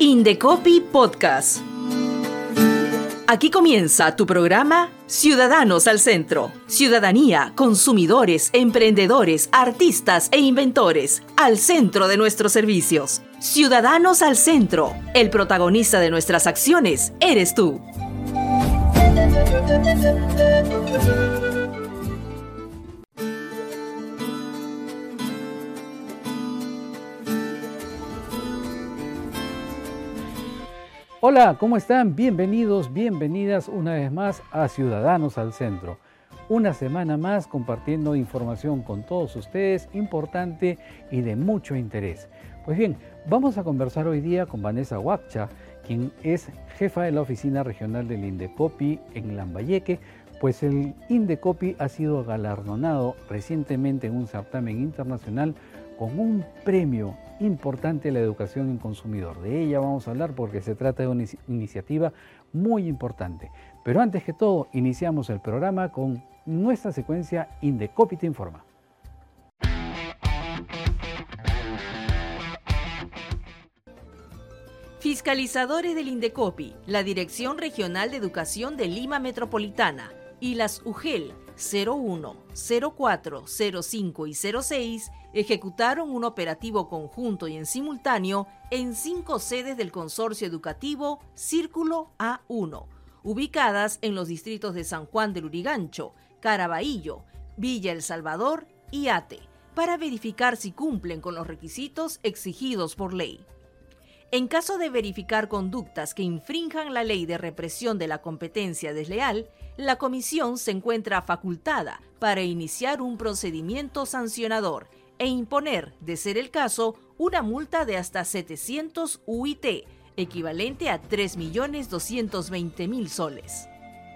Indecopi Podcast. Aquí comienza tu programa Ciudadanos al Centro. Ciudadanía, consumidores, emprendedores, artistas e inventores al centro de nuestros servicios. Ciudadanos al Centro. El protagonista de nuestras acciones eres tú. Hola, ¿cómo están? Bienvenidos, bienvenidas una vez más a Ciudadanos al Centro. Una semana más compartiendo información con todos ustedes, importante y de mucho interés. Pues bien, vamos a conversar hoy día con Vanessa Huaccha, quien es jefa de la oficina regional del Indecopi en Lambayeque, pues el Indecopi ha sido galardonado recientemente en un certamen internacional con un premio importante a la educación en consumidor. De ella vamos a hablar porque se trata de una iniciativa muy importante. Pero antes que todo, iniciamos el programa con nuestra secuencia Indecopi te informa. Fiscalizadores del Indecopi, la Dirección Regional de Educación de Lima Metropolitana y las UGEL 01, 04, 05 y 06 ejecutaron un operativo conjunto y en simultáneo en 5 sedes del consorcio educativo Círculo A1, ubicadas en los distritos de San Juan del Lurigancho, Caraballo, Villa El Salvador y Ate, para verificar si cumplen con los requisitos exigidos por ley. En caso de verificar conductas que infrinjan la ley de represión de la competencia desleal, la comisión se encuentra facultada para iniciar un procedimiento sancionador e imponer, de ser el caso, una multa de hasta 700 UIT, equivalente a 3.220.000 soles.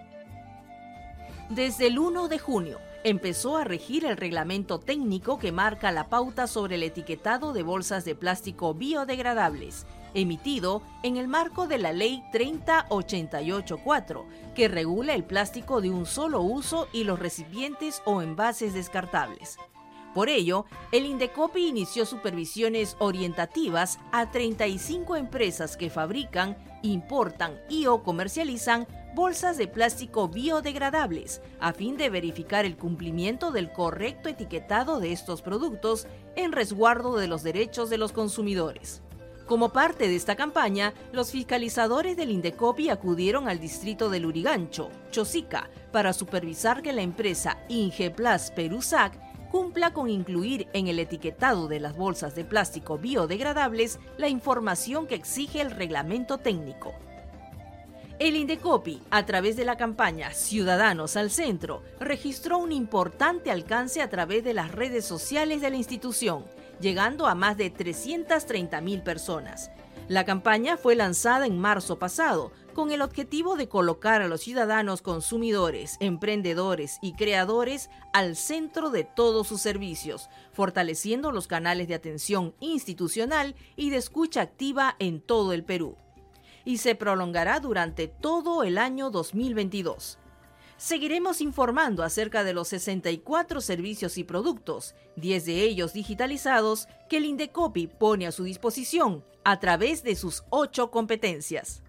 Desde el 1 de junio, empezó a regir el reglamento técnico que marca la pauta sobre el etiquetado de bolsas de plástico biodegradables, emitido en el marco de la Ley 30884, que regula el plástico de un solo uso y los recipientes o envases descartables. Por ello, el Indecopi inició supervisiones orientativas a 35 empresas que fabrican, importan y o comercializan bolsas de plástico biodegradables, a fin de verificar el cumplimiento del correcto etiquetado de estos productos en resguardo de los derechos de los consumidores. Como parte de esta campaña, los fiscalizadores del Indecopi acudieron al distrito de Lurigancho, Chosica, para supervisar que la empresa Ingeplas Perusac cumpla con incluir en el etiquetado de las bolsas de plástico biodegradables la información que exige el reglamento técnico. El Indecopi, a través de la campaña Ciudadanos al Centro, registró un importante alcance a través de las redes sociales de la institución, llegando a más de 330.000 personas. La campaña fue lanzada en marzo pasado, con el objetivo de colocar a los ciudadanos consumidores, emprendedores y creadores al centro de todos sus servicios, fortaleciendo los canales de atención institucional y de escucha activa en todo el Perú. Y se prolongará durante todo el año 2022. Seguiremos informando acerca de los 64 servicios y productos, 10 de ellos digitalizados, que el Indecopi pone a su disposición a través de sus 8 competencias.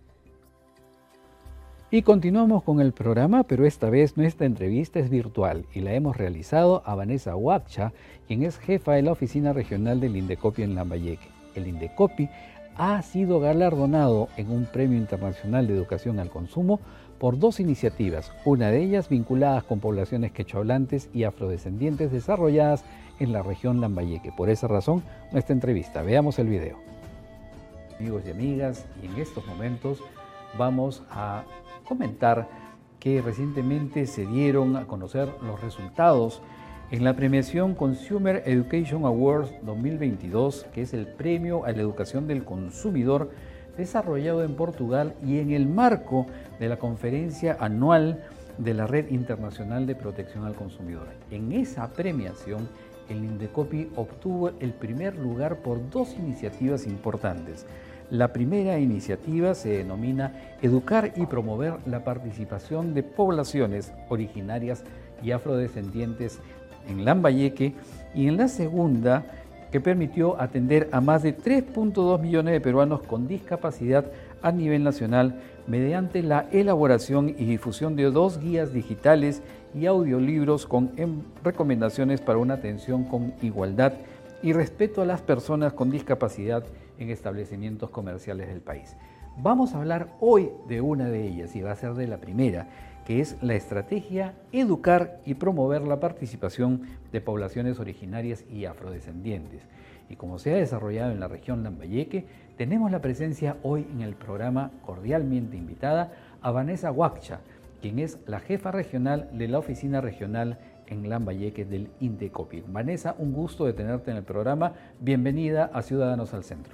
Y continuamos con el programa, pero esta vez nuestra entrevista es virtual y la hemos realizado a Vanessa Huaccha, quien es jefa de la oficina regional del Indecopi en Lambayeque. El Indecopi ha sido galardonado en un premio internacional de educación al consumo por 2 iniciativas, una de ellas vinculadas con poblaciones quechohablantes y afrodescendientes desarrolladas en la región Lambayeque. Por esa razón, nuestra entrevista. Veamos el video. Amigos y amigas, y en estos momentos vamos a comentar que recientemente se dieron a conocer los resultados en la premiación Consumer Education Awards 2022, que es el premio a la educación del consumidor desarrollado en Portugal y en el marco de la conferencia anual de la Red Internacional de Protección al Consumidor. En esa premiación, el Indecopi obtuvo el primer lugar por 2 iniciativas importantes. La primera iniciativa se denomina Educar y promover la participación de poblaciones originarias y afrodescendientes en Lambayeque, y en la segunda que permitió atender a más de 3.2 millones de peruanos con discapacidad a nivel nacional mediante la elaboración y difusión de 2 guías digitales y audiolibros con recomendaciones para una atención con igualdad y respeto a las personas con discapacidad en establecimientos comerciales del país. Vamos a hablar hoy de una de ellas y va a ser de la primera, que es la estrategia Educar y promover la participación de poblaciones originarias y afrodescendientes. Y como se ha desarrollado en la región Lambayeque, tenemos la presencia hoy en el programa cordialmente invitada a Vanessa Huaccha, quien es la jefa regional de la oficina regional en Lambayeque del INDECOPI. Vanessa, un gusto de tenerte en el programa. Bienvenida a Ciudadanos al Centro.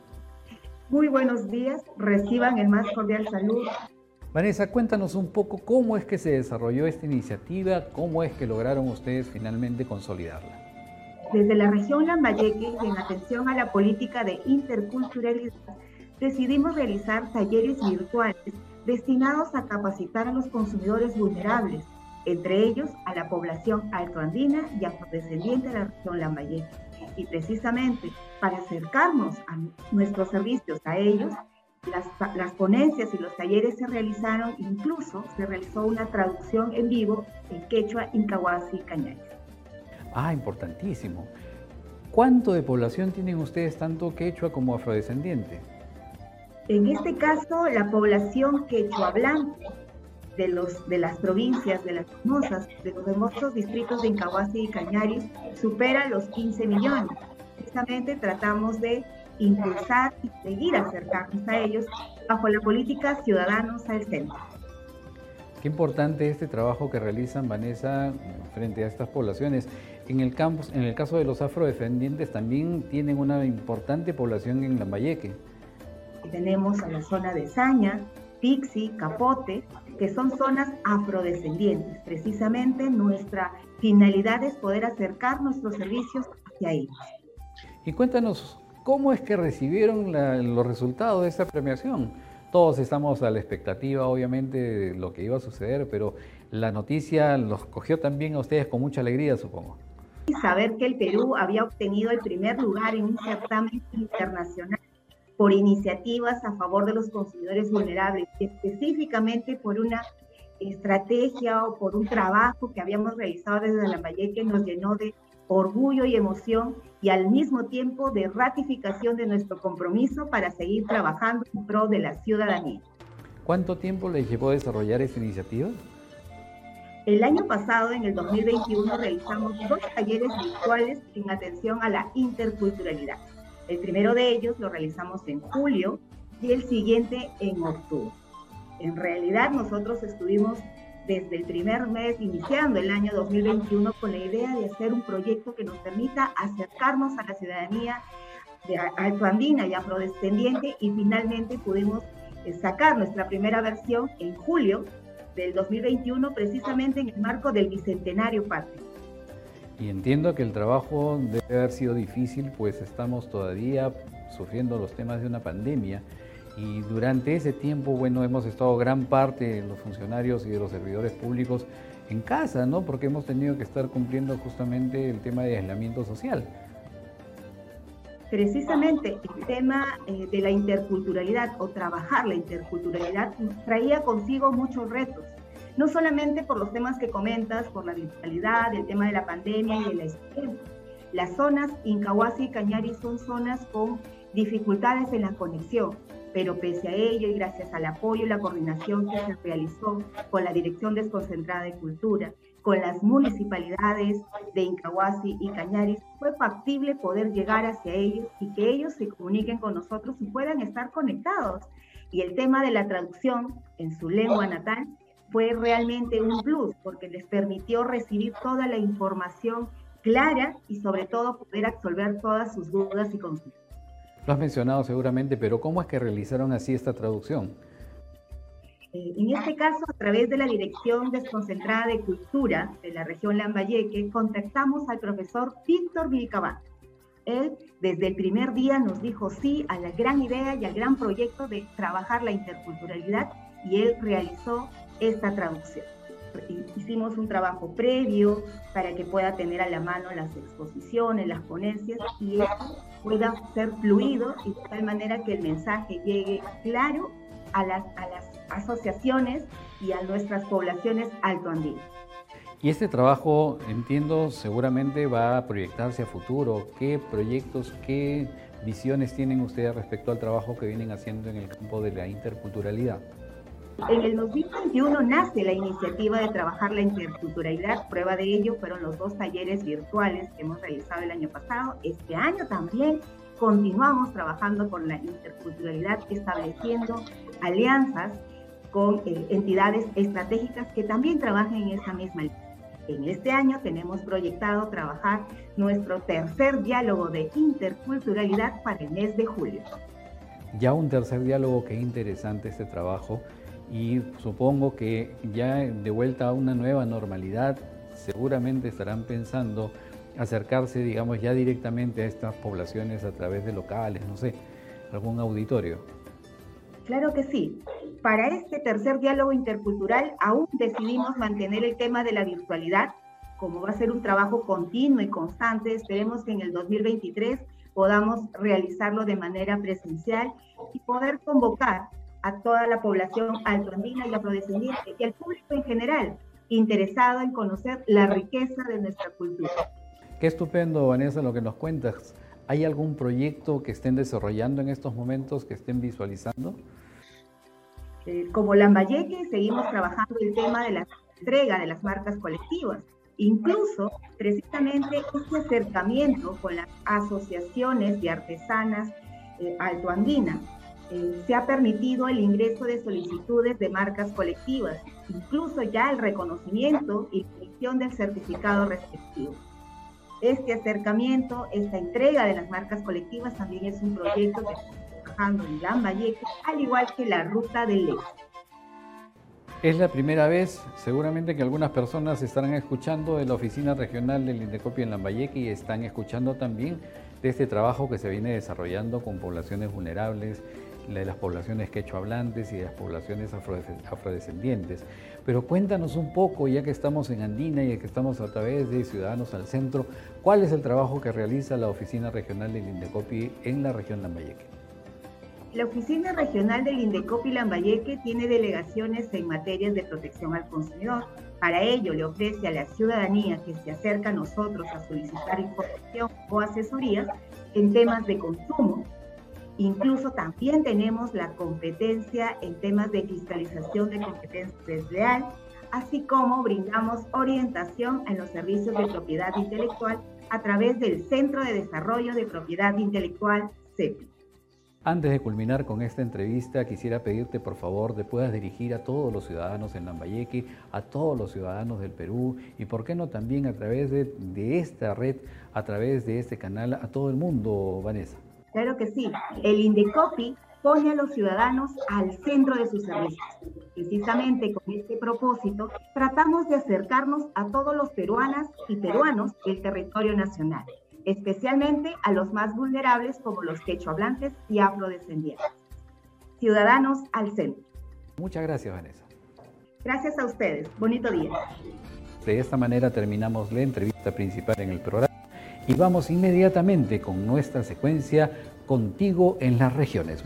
Muy buenos días, reciban el más cordial saludo. Vanessa, cuéntanos un poco cómo es que se desarrolló esta iniciativa, cómo es que lograron ustedes finalmente consolidarla. Desde la región Lambayeque y en atención a la política de interculturalidad, decidimos realizar talleres virtuales destinados a capacitar a los consumidores vulnerables, entre ellos a la población altoandina y afrodescendiente de la región Lambayeque. Y precisamente para acercarnos a nuestros servicios a ellos, las ponencias y los talleres se realizaron, incluso se realizó una traducción en vivo en quechua, incahuasi y cañaris. Ah, importantísimo. ¿Cuánto de población tienen ustedes, tanto quechua como afrodescendiente? En este caso, la población quechua hablante de las provincias, de las famosas, de los hermosos distritos de Incahuasi y Cañaris, supera los 15 millones. Precisamente tratamos de impulsar y seguir acercarnos a ellos bajo la política Ciudadanos al Centro. Qué importante este trabajo que realizan, Vanessa, frente a estas poblaciones. En el caso de los afrodescendientes también tienen una importante población en Lambayeque. Tenemos a la zona de Saña, Pixi, Capote, que son zonas afrodescendientes. Precisamente nuestra finalidad es poder acercar nuestros servicios hacia ellos. Y cuéntanos, ¿cómo es que recibieron los resultados de esta premiación? Todos estamos a la expectativa, obviamente, de lo que iba a suceder, pero la noticia los cogió también a ustedes con mucha alegría, supongo. Y saber que el Perú había obtenido el primer lugar en un certamen internacional por iniciativas a favor de los consumidores vulnerables, específicamente por una estrategia o por un trabajo que habíamos realizado desde Lambayeque, nos llenó de orgullo y emoción y al mismo tiempo de ratificación de nuestro compromiso para seguir trabajando en pro de la ciudadanía. ¿Cuánto tiempo les llevó a desarrollar esta iniciativa? El año pasado, en el 2021, realizamos 2 talleres virtuales en atención a la interculturalidad. El primero de ellos lo realizamos en julio y el siguiente en octubre. En realidad, nosotros estuvimos desde el primer mes, iniciando el año 2021, con la idea de hacer un proyecto que nos permita acercarnos a la ciudadanía altoandina y afrodescendiente, y finalmente pudimos sacar nuestra primera versión en julio del 2021, precisamente en el marco del Bicentenario Patrio. Y entiendo que el trabajo debe haber sido difícil, pues estamos todavía sufriendo los temas de una pandemia. Y durante ese tiempo, bueno, hemos estado gran parte de los funcionarios y de los servidores públicos en casa, ¿no? Porque hemos tenido que estar cumpliendo justamente el tema de aislamiento social. Precisamente el tema de la interculturalidad o trabajar la interculturalidad traía consigo muchos retos. No solamente por los temas que comentas, por la virtualidad, el tema de la pandemia y de la escuela. Las zonas Incahuasi y Cañaris son zonas con dificultades en la conexión, pero pese a ello y gracias al apoyo y la coordinación que se realizó con la Dirección Desconcentrada de Cultura, con las municipalidades de Incahuasi y Cañaris, fue factible poder llegar hacia ellos y que ellos se comuniquen con nosotros y puedan estar conectados. Y el tema de la traducción en su lengua natal fue realmente un plus, porque les permitió recibir toda la información clara y sobre todo poder absolver todas sus dudas y consultas. Lo has mencionado seguramente, pero ¿cómo es que realizaron así esta traducción? En este caso, a través de la Dirección Desconcentrada de Cultura de la región Lambayeque, contactamos al profesor Víctor Vilcabán. Él, desde el primer día, nos dijo sí a la gran idea y al gran proyecto de trabajar la interculturalidad, y él realizó esta traducción. hicimos un trabajo previo para que pueda tener a la mano las exposiciones, las ponencias, y eso pueda ser fluido y de tal manera que el mensaje llegue claro a las asociaciones y a nuestras poblaciones altoandinas. Y este trabajo, entiendo, seguramente va a proyectarse a futuro. ¿Qué proyectos, qué visiones tienen ustedes respecto al trabajo que vienen haciendo en el campo de la interculturalidad? En el 2021 nace la iniciativa de trabajar la interculturalidad. Prueba de ello fueron los 2 talleres virtuales que hemos realizado el año pasado. Este año también continuamos trabajando con la interculturalidad, estableciendo alianzas con entidades estratégicas que también trabajan en esa misma línea. En este año tenemos proyectado trabajar nuestro tercer diálogo de interculturalidad para el mes de julio. Ya un tercer diálogo, qué interesante este trabajo, y supongo que ya de vuelta a una nueva normalidad, seguramente estarán pensando acercarse, digamos, ya directamente a estas poblaciones a través de locales, no sé, algún auditorio. Claro que sí. Para este tercer diálogo intercultural aún decidimos mantener el tema de la virtualidad. Como va a ser un trabajo continuo y constante, esperemos que en el 2023 podamos realizarlo de manera presencial y poder convocar a toda la población altoandina y afrodescendiente y al público en general interesado en conocer la riqueza de nuestra cultura. Qué estupendo, Vanessa, lo que nos cuentas. ¿Hay algún proyecto que estén desarrollando en estos momentos, que estén visualizando? Como Lambayeque seguimos trabajando el tema de la entrega de las marcas colectivas. Incluso, precisamente, este acercamiento con las asociaciones de artesanas altoandinas se ha permitido el ingreso de solicitudes de marcas colectivas, incluso ya el reconocimiento y la emisión del certificado respectivo. Este acercamiento, esta entrega de las marcas colectivas también es un proyecto que estamos trabajando en Lambayeque, al igual que la Ruta del Éxito. Es la primera vez, seguramente, que algunas personas estarán escuchando de la Oficina Regional del Indecopi en Lambayeque y están escuchando también de este trabajo que se viene desarrollando con poblaciones vulnerables, de las poblaciones quechohablantes y de las poblaciones afrodescendientes. Pero cuéntanos un poco, ya que estamos en Andina y que estamos a través de Ciudadanos al Centro, ¿cuál es el trabajo que realiza la Oficina Regional del Indecopi en la región Lambayeque? La Oficina Regional del Indecopi Lambayeque tiene delegaciones en materias de protección al consumidor. Para ello, le ofrece a la ciudadanía que se acerca a nosotros a solicitar información o asesorías en temas de consumo. Incluso también tenemos la competencia en temas de fiscalización de competencia desleal, así como brindamos orientación en los servicios de propiedad intelectual a través del Centro de Desarrollo de Propiedad Intelectual, CEPI. Antes de culminar con esta entrevista, quisiera pedirte, por favor, te puedas dirigir a todos los ciudadanos en Lambayeque, a todos los ciudadanos del Perú y, por qué no, también a través de esta red, a través de este canal, a todo el mundo, Vanessa. Claro que sí. El Indecopi pone a los ciudadanos al centro de sus servicios. Precisamente con este propósito, tratamos de acercarnos a todos los peruanas y peruanos del territorio nacional, especialmente a los más vulnerables como los quechohablantes y afrodescendientes. Ciudadanos al centro. Muchas gracias, Vanessa. Gracias a ustedes. Bonito día. De esta manera terminamos la entrevista principal en el programa y vamos inmediatamente con nuestra secuencia Contigo en las Regiones.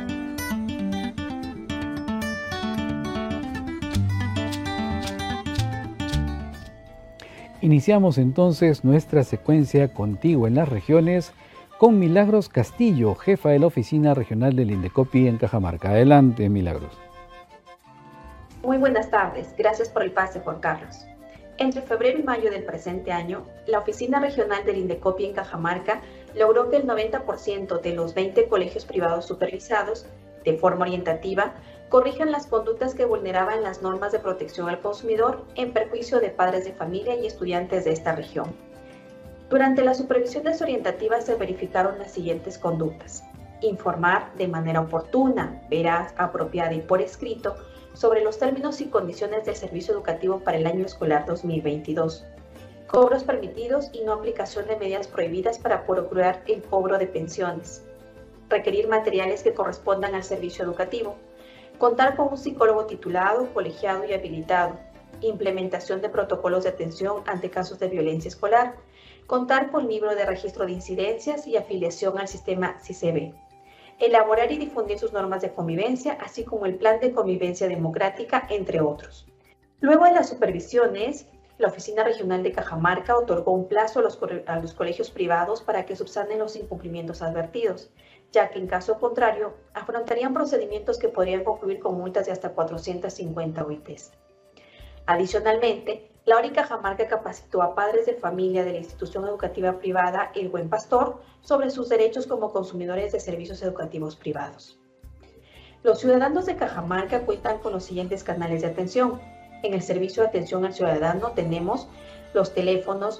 Iniciamos entonces nuestra secuencia Contigo en las Regiones con Milagros Castillo, jefa de la Oficina Regional del Indecopi en Cajamarca. Adelante, Milagros. Muy buenas tardes. Gracias por el pase, Juan Carlos. Entre febrero y mayo del presente año, la Oficina Regional del Indecopi en Cajamarca logró que el 90% de los 20 colegios privados supervisados, de forma orientativa, corrijan las conductas que vulneraban las normas de protección al consumidor en perjuicio de padres de familia y estudiantes de esta región. Durante las supervisiones orientativas se verificaron las siguientes conductas: informar de manera oportuna, veraz, apropiada y por escrito sobre los términos y condiciones del servicio educativo para el año escolar 2022, cobros permitidos y no aplicación de medidas prohibidas para procurar el cobro de pensiones, requerir materiales que correspondan al servicio educativo, contar con un psicólogo titulado, colegiado y habilitado, implementación de protocolos de atención ante casos de violencia escolar, contar con libro de registro de incidencias y afiliación al sistema CICB, elaborar y difundir sus normas de convivencia, así como el plan de convivencia democrática, entre otros. Luego de las supervisiones, la Oficina Regional de Cajamarca otorgó un plazo a los colegios privados para que subsanen los incumplimientos advertidos, ya que en caso contrario afrontarían procedimientos que podrían concluir con multas de hasta 450 OITs. Adicionalmente, la ORI Cajamarca capacitó a padres de familia de la institución educativa privada El Buen Pastor sobre sus derechos como consumidores de servicios educativos privados. Los ciudadanos de Cajamarca cuentan con los siguientes canales de atención. En el servicio de atención al ciudadano tenemos los teléfonos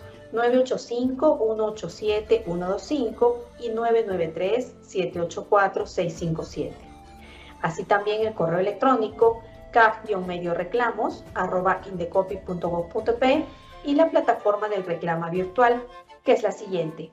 985-187-125 y 993-784-657. Así también el correo electrónico caf-reclamos@indecopy.gov.pe y la plataforma del reclama virtual, que es la siguiente: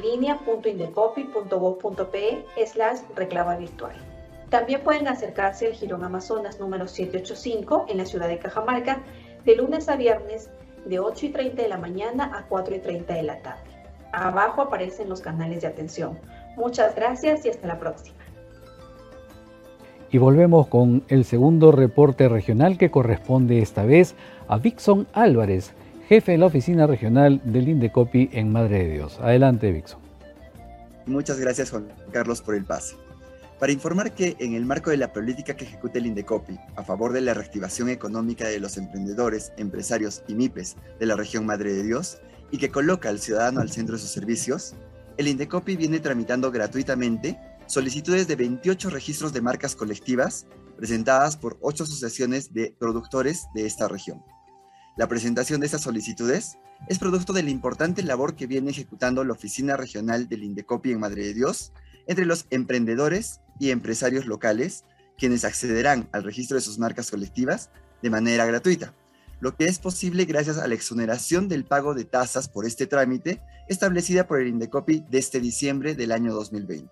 enlinea.indecopy.gov.pe/reclama virtual. También pueden acercarse al Jirón Amazonas número 785 en la ciudad de Cajamarca de lunes a viernes de 8:30 de la mañana a 4:30 de la tarde. Abajo aparecen los canales de atención. Muchas gracias y hasta la próxima. Y volvemos con el segundo reporte regional, que corresponde esta vez a Vixon Álvarez, jefe de la oficina regional del Indecopi en Madre de Dios. Adelante, Vixon. Muchas gracias, Juan Carlos, por el pase. Para informar que en el marco de la política que ejecuta el Indecopi a favor de la reactivación económica de los emprendedores, empresarios y MIPES de la región Madre de Dios, y que coloca al ciudadano al centro de sus servicios, el Indecopi viene tramitando gratuitamente solicitudes de 28 registros de marcas colectivas presentadas por 8 asociaciones de productores de esta región. La presentación de estas solicitudes es producto de la importante labor que viene ejecutando la Oficina Regional del Indecopi en Madre de Dios entre los emprendedores y empresarios locales, quienes accederán al registro de sus marcas colectivas de manera gratuita, lo que es posible gracias a la exoneración del pago de tasas por este trámite establecida por el Indecopi desde diciembre del año 2020.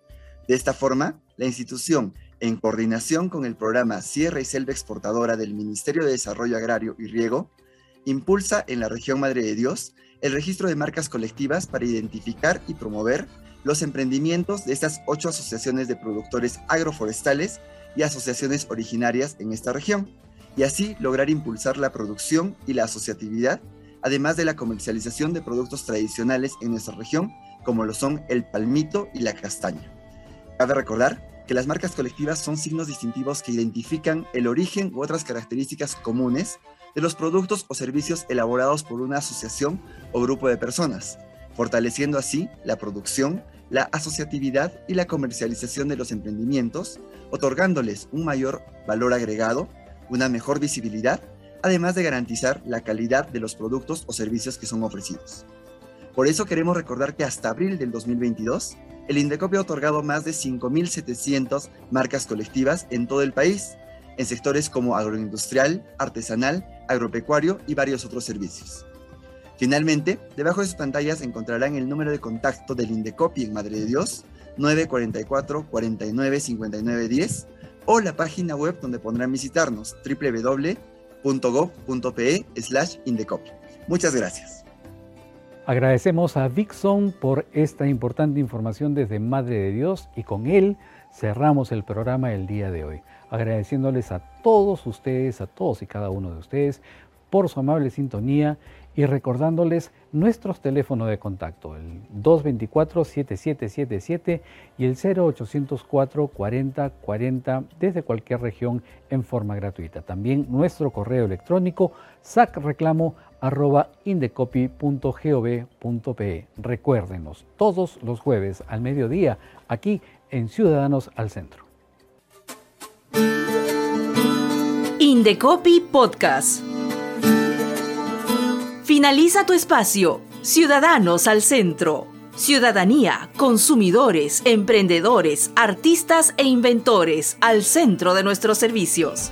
De esta forma, la institución, en coordinación con el programa Sierra y Selva Exportadora del Ministerio de Desarrollo Agrario y Riego, impulsa en la región Madre de Dios el registro de marcas colectivas para identificar y promover los emprendimientos de estas 8 asociaciones de productores agroforestales y asociaciones originarias en esta región, y así lograr impulsar la producción y la asociatividad, además de la comercialización de productos tradicionales en nuestra región, como lo son el palmito y la castaña. Cabe recordar que las marcas colectivas son signos distintivos que identifican el origen u otras características comunes de los productos o servicios elaborados por una asociación o grupo de personas, fortaleciendo así la producción, la asociatividad y la comercialización de los emprendimientos, otorgándoles un mayor valor agregado, una mejor visibilidad, además de garantizar la calidad de los productos o servicios que son ofrecidos. Por eso queremos recordar que hasta abril del 2022, el Indecopi ha otorgado más de 5.700 marcas colectivas en todo el país, en sectores como agroindustrial, artesanal, agropecuario y varios otros servicios. Finalmente, debajo de sus pantallas encontrarán el número de contacto del Indecopi en Madre de Dios, 944 49 59 10, o la página web donde podrán visitarnos, www.gov.pe/Indecopi. Muchas gracias. Agradecemos a Vixon por esta importante información desde Madre de Dios, y con él cerramos el programa el día de hoy, agradeciéndoles a todos ustedes, a todos y cada uno de ustedes, por su amable sintonía, y recordándoles nuestros teléfonos de contacto, el 224-7777 y el 0800-440-40 desde cualquier región en forma gratuita. También nuestro correo electrónico sacreclamo@indecopi.gov.pe. Recuérdenos, todos los jueves al mediodía, aquí en Ciudadanos al Centro. Indecopi Podcast. Finaliza tu espacio. Ciudadanos al Centro. Ciudadanía, consumidores, emprendedores, artistas e inventores al centro de nuestros servicios.